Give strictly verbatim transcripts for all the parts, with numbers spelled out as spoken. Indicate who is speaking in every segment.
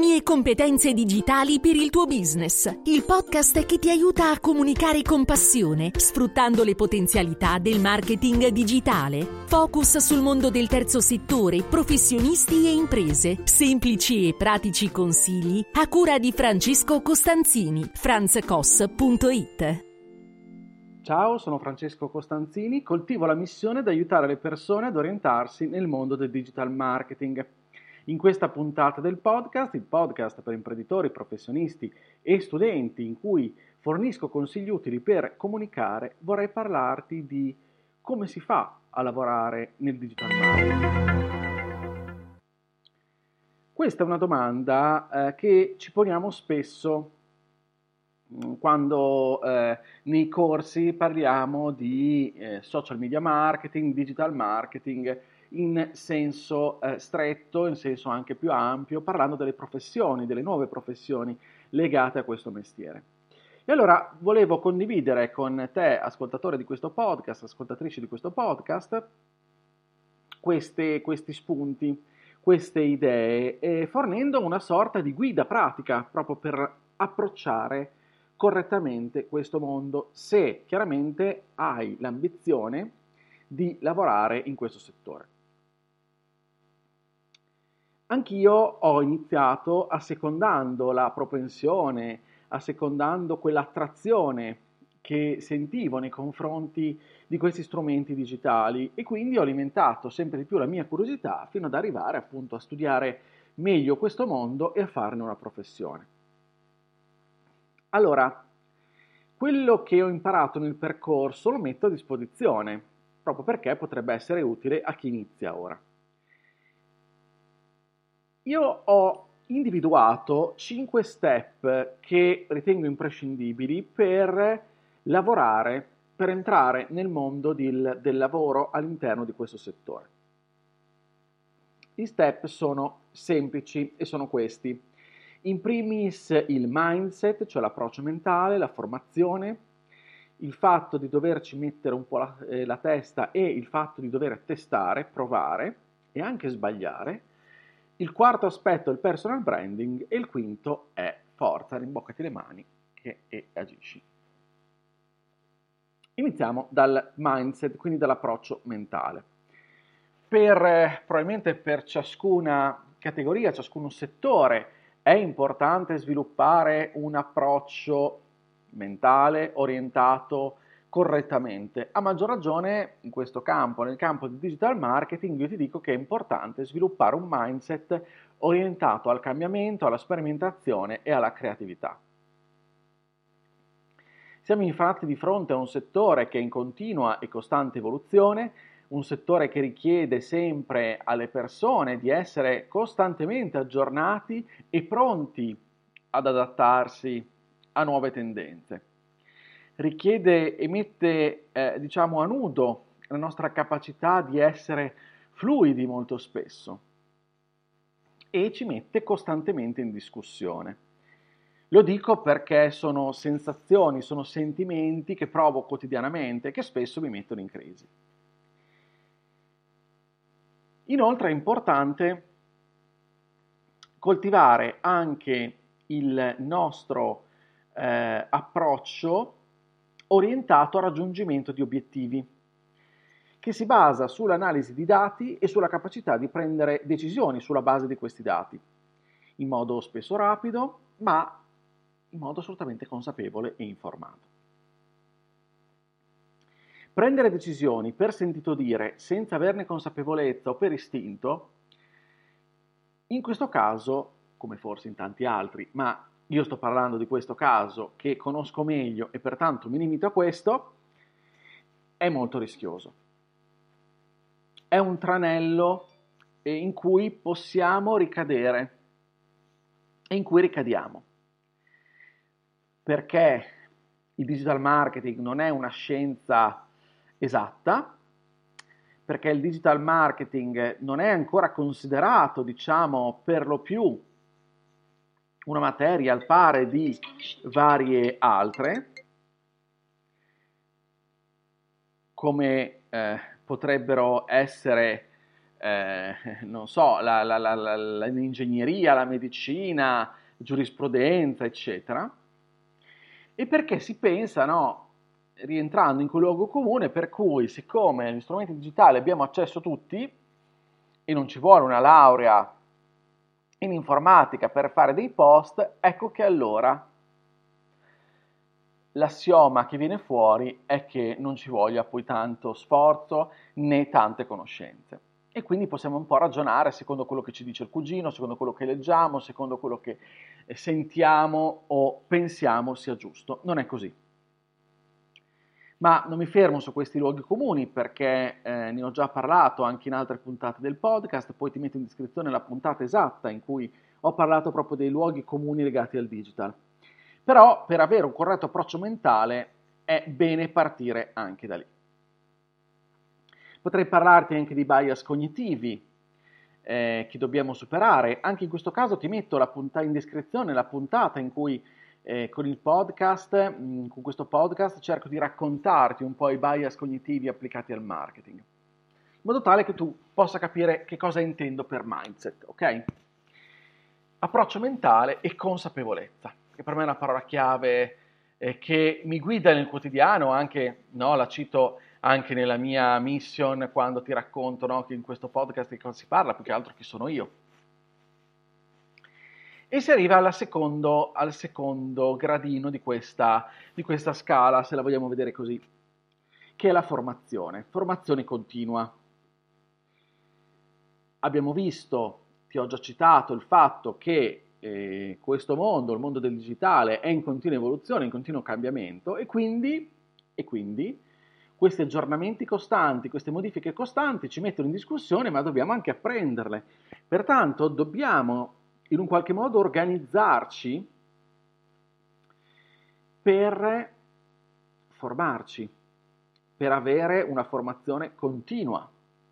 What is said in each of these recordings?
Speaker 1: Soluzioni e competenze digitali per il tuo business. Il podcast che ti aiuta a comunicare con passione, sfruttando le potenzialità del marketing digitale. Focus sul mondo del terzo settore, professionisti e imprese. Semplici e pratici consigli a cura di Francesco Costanzini. franzcos punto it.
Speaker 2: Ciao, sono Francesco Costanzini, coltivo la missione di aiutare le persone ad orientarsi nel mondo del digital marketing. In questa puntata del podcast, il podcast per imprenditori, professionisti e studenti in cui fornisco consigli utili per comunicare, vorrei parlarti di come si fa a lavorare nel digital marketing. Questa è una domanda eh, che ci poniamo spesso quando eh, nei corsi parliamo di eh, social media marketing, digital marketing in senso eh, stretto, in senso anche più ampio, parlando delle professioni, delle nuove professioni legate a questo mestiere. E allora volevo condividere con te, ascoltatore di questo podcast, ascoltatrice di questo podcast, queste, questi spunti, queste idee, eh, fornendo una sorta di guida pratica proprio per approcciare correttamente questo mondo, se chiaramente hai l'ambizione di lavorare in questo settore. Anch'io ho iniziato assecondando la propensione, assecondando quell'attrazione che sentivo nei confronti di questi strumenti digitali e quindi ho alimentato sempre di più la mia curiosità fino ad arrivare appunto a studiare meglio questo mondo e a farne una professione. Allora, quello che ho imparato nel percorso lo metto a disposizione, proprio perché potrebbe essere utile a chi inizia ora. Io ho individuato cinque step che ritengo imprescindibili per lavorare, per entrare nel mondo del, del lavoro all'interno di questo settore. Gli step sono semplici e sono questi. In primis il mindset, cioè l'approccio mentale, la formazione, il fatto di doverci mettere un po' la, eh, la testa e il fatto di dover testare, provare e anche sbagliare. Il quarto aspetto è il personal branding e il quinto è forza, rimboccati le mani che, e agisci. Iniziamo dal mindset, quindi dall'approccio mentale. Per, eh, probabilmente per ciascuna categoria, ciascuno settore, è importante sviluppare un approccio mentale orientato correttamente. A maggior ragione in questo campo, nel campo di digital marketing, io ti dico che è importante sviluppare un mindset orientato al cambiamento, alla sperimentazione e alla creatività. Siamo infatti di fronte a un settore che è in continua e costante evoluzione, un settore che richiede sempre alle persone di essere costantemente aggiornati e pronti ad adattarsi a nuove tendenze. Richiede e mette, eh, diciamo, a nudo la nostra capacità di essere fluidi molto spesso e ci mette costantemente in discussione. Lo dico perché sono sensazioni, sono sentimenti che provo quotidianamente e che spesso mi mettono in crisi. Inoltre è importante coltivare anche il nostro eh, approccio orientato al raggiungimento di obiettivi, che si basa sull'analisi di dati e sulla capacità di prendere decisioni sulla base di questi dati, in modo spesso rapido, ma in modo assolutamente consapevole e informato. Prendere decisioni per sentito dire, senza averne consapevolezza o per istinto, in questo caso, come forse in tanti altri, ma io sto parlando di questo caso che conosco meglio e pertanto mi limito a questo, è molto rischioso. È un tranello in cui possiamo ricadere e in cui ricadiamo. Perché il digital marketing non è una scienza esatta, perché il digital marketing non è ancora considerato, diciamo, per lo più una materia al pari di varie altre, come eh, potrebbero essere eh, non so, la, la, la, la, l'ingegneria, la medicina, giurisprudenza, eccetera, e perché si pensa, no, rientrando in quel luogo comune per cui, siccome agli strumenti digitali abbiamo accesso tutti e non ci vuole una laurea in informatica per fare dei post, ecco che allora l'assioma che viene fuori è che non ci voglia poi tanto sforzo né tante conoscenze. E quindi possiamo un po' ragionare secondo quello che ci dice il cugino, secondo quello che leggiamo, secondo quello che sentiamo o pensiamo sia giusto. Non è così. Ma non mi fermo su questi luoghi comuni perché eh, ne ho già parlato anche in altre puntate del podcast, poi ti metto in descrizione la puntata esatta in cui ho parlato proprio dei luoghi comuni legati al digital. Però per avere un corretto approccio mentale è bene partire anche da lì. Potrei parlarti anche di bias cognitivi eh, che dobbiamo superare. Anche in questo caso ti metto la puntata in descrizione la puntata in cui eh, con il podcast, mh, con questo podcast cerco di raccontarti un po' i bias cognitivi applicati al marketing, in modo tale che tu possa capire che cosa intendo per mindset, ok? Approccio mentale e consapevolezza, che per me è una parola chiave eh, che mi guida nel quotidiano, anche, no, la cito anche nella mia mission quando ti racconto, no, che in questo podcast di cosa si parla, più che altro chi sono io. E si arriva alla secondo, al secondo gradino di questa, di questa scala, se la vogliamo vedere così, che è la formazione, formazione continua. Abbiamo visto, ti ho già citato, il fatto che eh, questo mondo, il mondo del digitale, è in continua evoluzione, in continuo cambiamento e quindi, e quindi questi aggiornamenti costanti, queste modifiche costanti ci mettono in discussione, ma dobbiamo anche apprenderle. Pertanto dobbiamo in un qualche modo organizzarci per formarci, per avere una formazione continua.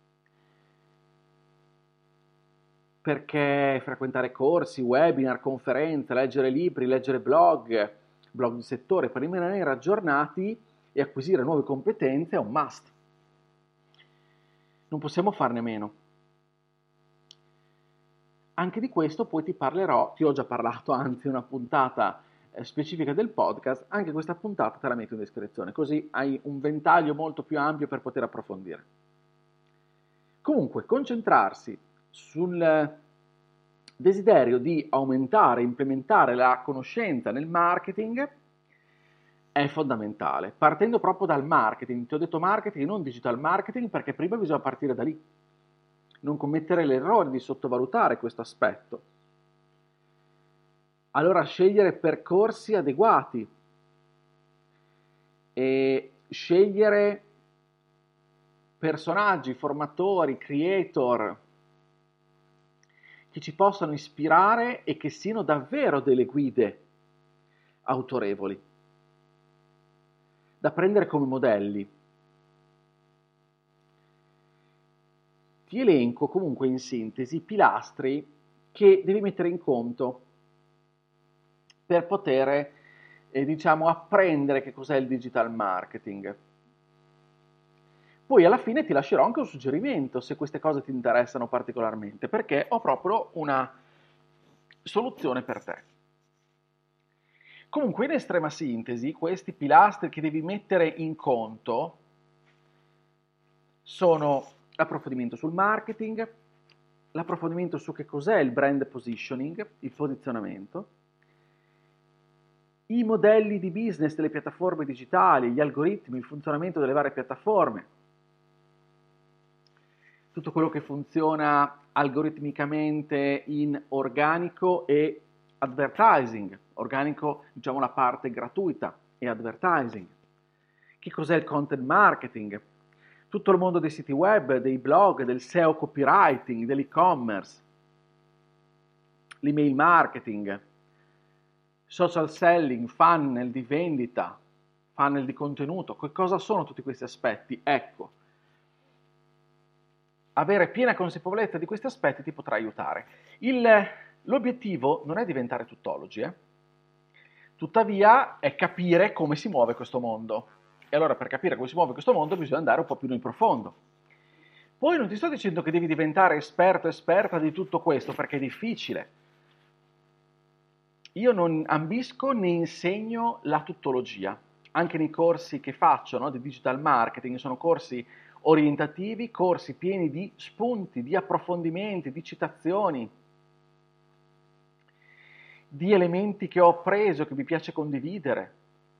Speaker 2: Perché frequentare corsi, webinar, conferenze, leggere libri, leggere blog, blog di settore, per rimanere aggiornati e acquisire nuove competenze è un must. Non possiamo farne meno. Anche di questo poi ti parlerò, ti ho già parlato anzi una puntata eh, specifica del podcast, anche questa puntata te la metto in descrizione, così hai un ventaglio molto più ampio per poter approfondire. Comunque, concentrarsi sul desiderio di aumentare e implementare la conoscenza nel marketing è fondamentale, partendo proprio dal marketing. Ti ho detto marketing e non digital marketing perché prima bisogna partire da lì. Non commettere l'errore di sottovalutare questo aspetto. Allora scegliere percorsi adeguati e scegliere personaggi, formatori, creator che ci possano ispirare e che siano davvero delle guide autorevoli da prendere come modelli. Ti elenco comunque in sintesi i pilastri che devi mettere in conto per poter, eh, diciamo, apprendere che cos'è il digital marketing. Poi alla fine ti lascerò anche un suggerimento se queste cose ti interessano particolarmente, perché ho proprio una soluzione per te. Comunque, in estrema sintesi, questi pilastri che devi mettere in conto sono l'approfondimento sul marketing, l'approfondimento su che cos'è il brand positioning, il posizionamento, i modelli di business delle piattaforme digitali, gli algoritmi, il funzionamento delle varie piattaforme, tutto quello che funziona algoritmicamente in organico e advertising, organico diciamo la parte gratuita e advertising, che cos'è il content marketing, tutto il mondo dei siti web, dei blog, del S E O copywriting, dell'e-commerce, l'email marketing, social selling, funnel di vendita, funnel di contenuto. Che cosa sono tutti questi aspetti? Ecco, avere piena consapevolezza di questi aspetti ti potrà aiutare. Il, l'obiettivo non è diventare tuttologi, eh? Tuttavia è capire come si muove questo mondo. E allora per capire come si muove questo mondo bisogna andare un po' più in profondo. Poi non ti sto dicendo che devi diventare esperto, esperta di tutto questo, perché è difficile. Io non ambisco né insegno la tuttologia. Anche nei corsi che faccio, no, di digital marketing, sono corsi orientativi, corsi pieni di spunti, di approfondimenti, di citazioni, di elementi che ho appreso, che mi piace condividere,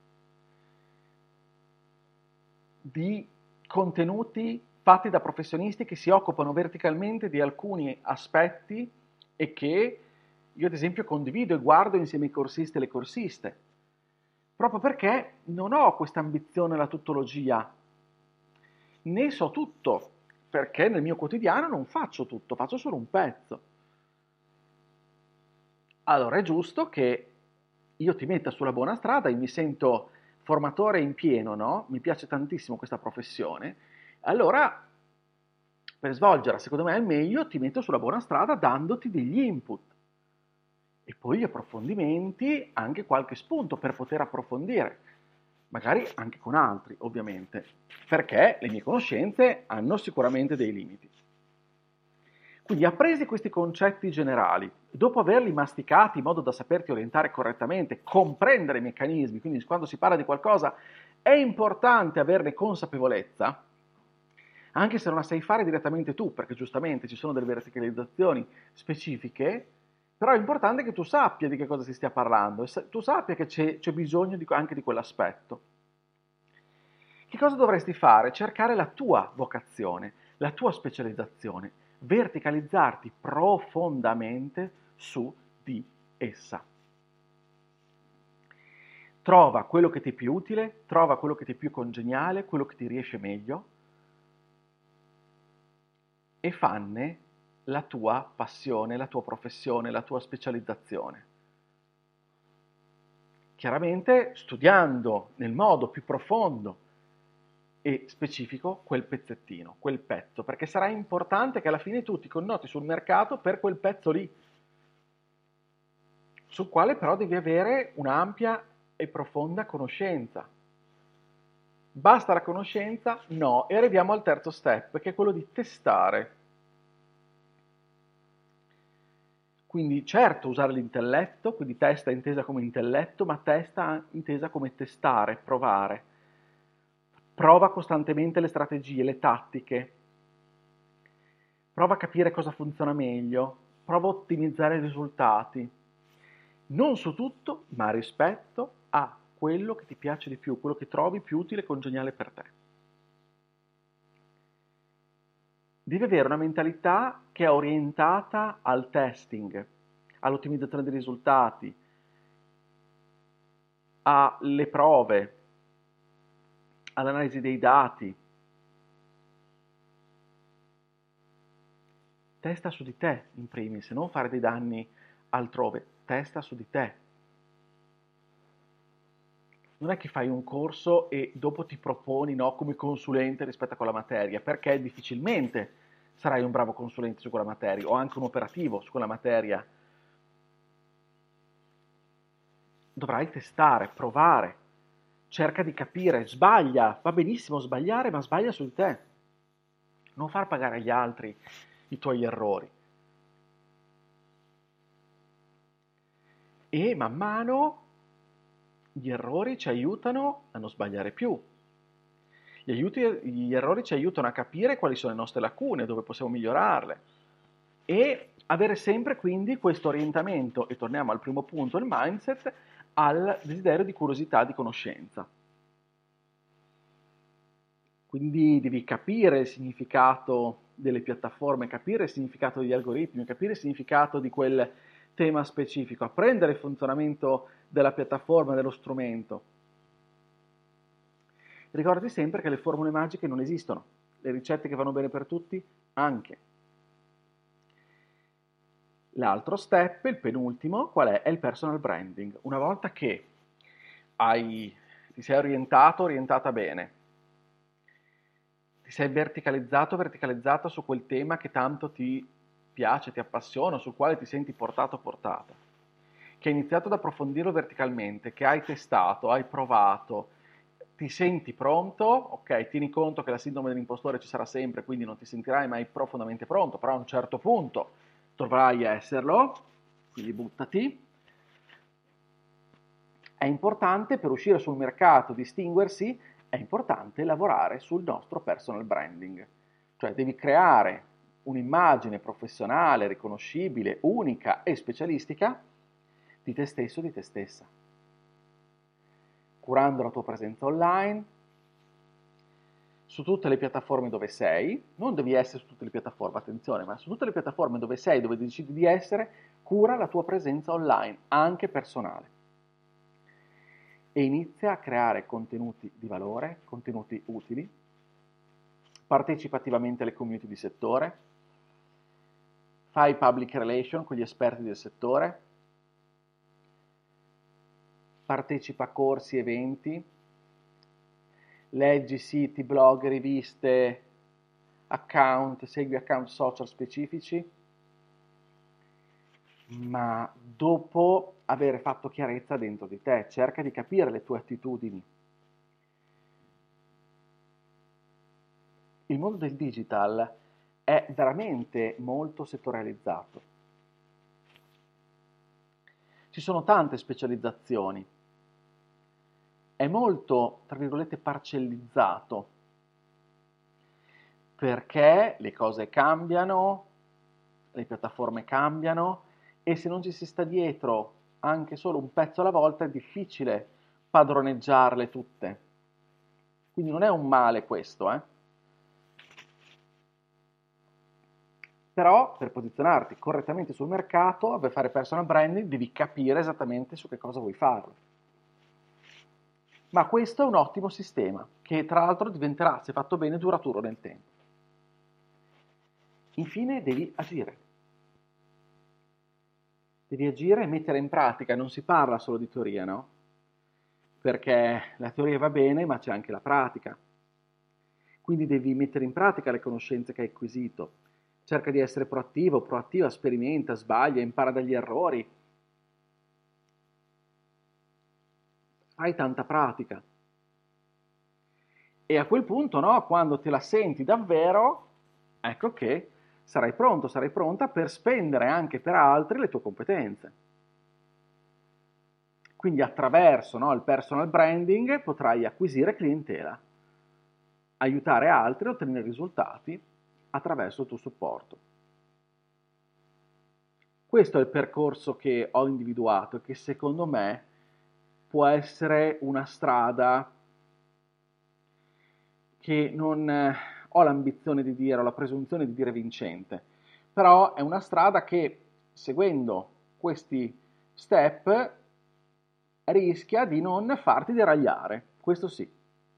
Speaker 2: di contenuti fatti da professionisti che si occupano verticalmente di alcuni aspetti e che io ad esempio condivido e guardo insieme ai corsisti e le corsiste, proprio perché non ho questa ambizione alla tuttologia, ne so tutto, perché nel mio quotidiano non faccio tutto, faccio solo un pezzo. Allora è giusto che io ti metta sulla buona strada, io mi sento formatore in pieno, no? Mi piace tantissimo questa professione, allora per svolgerla secondo me al meglio ti metto sulla buona strada dandoti degli input e poi gli approfondimenti, anche qualche spunto per poter approfondire, magari anche con altri ovviamente, perché le mie conoscenze hanno sicuramente dei limiti. Quindi appresi questi concetti generali, dopo averli masticati in modo da saperti orientare correttamente, comprendere i meccanismi, quindi quando si parla di qualcosa è importante averne consapevolezza, anche se non la sai fare direttamente tu, perché giustamente ci sono delle verticalizzazioni specifiche, però è importante che tu sappia di che cosa si stia parlando e tu sappia che c'è, c'è bisogno di, anche di quell'aspetto. Che cosa dovresti fare? Cercare la tua vocazione, la tua specializzazione, verticalizzarti profondamente su di essa. Trova quello che ti è più utile, trova quello che ti è più congeniale, quello che ti riesce meglio e fanne la tua passione, la tua professione, la tua specializzazione. Chiaramente studiando nel modo più profondo e specifico quel pezzettino, quel pezzo, perché sarà importante che alla fine tu ti connoti sul mercato per quel pezzo lì, sul quale però devi avere un'ampia e profonda conoscenza. Basta la conoscenza? No, e arriviamo al terzo step, che è quello di testare. Quindi certo usare l'intelletto, quindi testa intesa come intelletto, ma testa intesa come testare, provare. Prova costantemente le strategie, le tattiche. Prova a capire cosa funziona meglio, prova a ottimizzare i risultati. Non su tutto, ma rispetto a quello che ti piace di più, quello che trovi più utile e congeniale per te. Devi avere una mentalità che è orientata al testing, all'ottimizzazione dei risultati, alle prove, all'analisi dei dati. Testa su di te in primis, non fare dei danni altrove, testa su di te. Non è che fai un corso e dopo ti proponi, no, come consulente rispetto a quella materia, perché difficilmente sarai un bravo consulente su quella materia o anche un operativo su quella materia. Dovrai testare, provare, cerca di capire, sbaglia, va benissimo sbagliare, ma sbaglia su di te. Non far pagare agli altri i tuoi errori. E man mano gli errori ci aiutano a non sbagliare più. Gli, aiuti, gli errori ci aiutano a capire quali sono le nostre lacune, dove possiamo migliorarle e avere sempre quindi questo orientamento, e torniamo al primo punto, il mindset, al desiderio di curiosità, di conoscenza. Quindi devi capire il significato delle piattaforme, capire il significato degli algoritmi, capire il significato di quel tema specifico, apprendere il funzionamento della piattaforma, dello strumento. Ricordi sempre che le formule magiche non esistono, le ricette che vanno bene per tutti anche. L'altro step, il penultimo, qual è? È il personal branding. Una volta che hai, ti sei orientato, orientata bene, ti sei verticalizzato, verticalizzata su quel tema che tanto ti piace, ti appassiona, sul quale ti senti portato, portata, che hai iniziato ad approfondirlo verticalmente, che hai testato, hai provato, ti senti pronto, ok, tieni conto che la sindrome dell'impostore ci sarà sempre, quindi non ti sentirai mai profondamente pronto, però a un certo punto dovrai esserlo, quindi buttati. È importante per uscire sul mercato, distinguersi, è importante lavorare sul nostro personal branding, cioè devi creare un'immagine professionale, riconoscibile, unica e specialistica di te stesso, di te stessa, curando la tua presenza online, su tutte le piattaforme dove sei, non devi essere su tutte le piattaforme, attenzione, ma su tutte le piattaforme dove sei, dove decidi di essere, cura la tua presenza online, anche personale. E inizia a creare contenuti di valore, contenuti utili, partecipa attivamente alle community di settore, fai public relation con gli esperti del settore, partecipa a corsi, eventi, leggi siti, blog, riviste, account, segui account social specifici, ma dopo aver fatto chiarezza dentro di te, cerca di capire le tue attitudini. Il mondo del digital è veramente molto settorializzato. Ci sono tante specializzazioni. È molto, tra virgolette, parcellizzato, perché le cose cambiano, le piattaforme cambiano, e se non ci si sta dietro anche solo un pezzo alla volta è difficile padroneggiarle tutte. Quindi non è un male questo, eh? Però per posizionarti correttamente sul mercato, per fare personal branding, devi capire esattamente su che cosa vuoi farlo. Ma questo è un ottimo sistema, che tra l'altro diventerà, se fatto bene, duraturo nel tempo. Infine devi agire. Devi agire e mettere in pratica, non si parla solo di teoria, no? Perché la teoria va bene, ma c'è anche la pratica. Quindi devi mettere in pratica le conoscenze che hai acquisito. Cerca di essere proattivo, proattiva, sperimenta, sbaglia, impara dagli errori. Fai tanta pratica. E a quel punto, no, quando te la senti davvero, ecco che sarai pronto, sarai pronta per spendere anche per altri le tue competenze. Quindi attraverso, no, il personal branding potrai acquisire clientela, aiutare altri a ottenere risultati attraverso il tuo supporto. Questo è il percorso che ho individuato e che secondo me può essere una strada che non eh, ho l'ambizione di dire, ho la presunzione di dire vincente, però è una strada che, seguendo questi step, rischia di non farti deragliare, questo sì.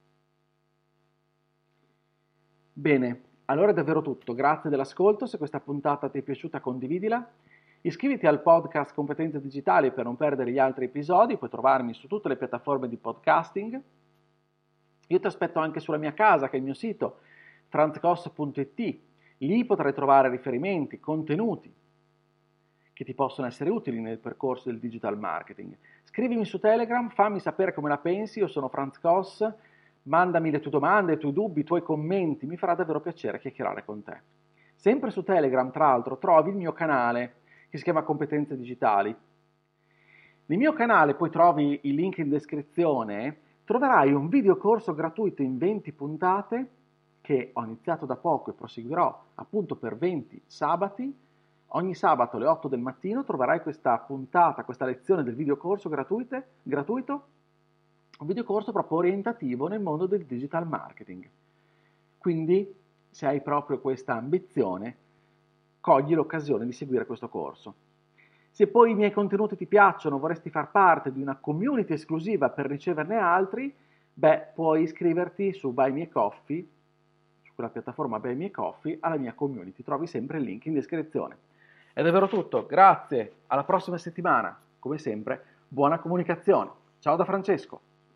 Speaker 2: Bene, allora è davvero tutto, grazie dell'ascolto, se questa puntata ti è piaciuta condividila, iscriviti al podcast Competenze Digitali per non perdere gli altri episodi, puoi trovarmi su tutte le piattaforme di podcasting. Io ti aspetto anche sulla mia casa, che è il mio sito, franzcos punto it. Lì potrai trovare riferimenti, contenuti che ti possono essere utili nel percorso del digital marketing. Scrivimi su Telegram, fammi sapere come la pensi, io sono Franz Cos, mandami le tue domande, i tuoi dubbi, i tuoi commenti, mi farà davvero piacere chiacchierare con te. Sempre su Telegram, tra l'altro, trovi il mio canale che si chiama Competenze Digitali. Nel mio canale poi trovi il link in descrizione, troverai un videocorso gratuito in venti puntate che ho iniziato da poco e proseguirò appunto per venti sabati. Ogni sabato alle otto del mattino troverai questa puntata, questa lezione del videocorso gratuite, gratuito, un videocorso proprio orientativo nel mondo del digital marketing. Quindi, se hai proprio questa ambizione, cogli l'occasione di seguire questo corso. Se poi i miei contenuti ti piacciono, vorresti far parte di una community esclusiva per riceverne altri, beh, puoi iscriverti su Buy Me a Coffee, su quella piattaforma Buy Me a Coffee, alla mia community. Trovi sempre il link in descrizione. È davvero tutto, grazie, alla prossima settimana. Come sempre, buona comunicazione. Ciao da Francesco.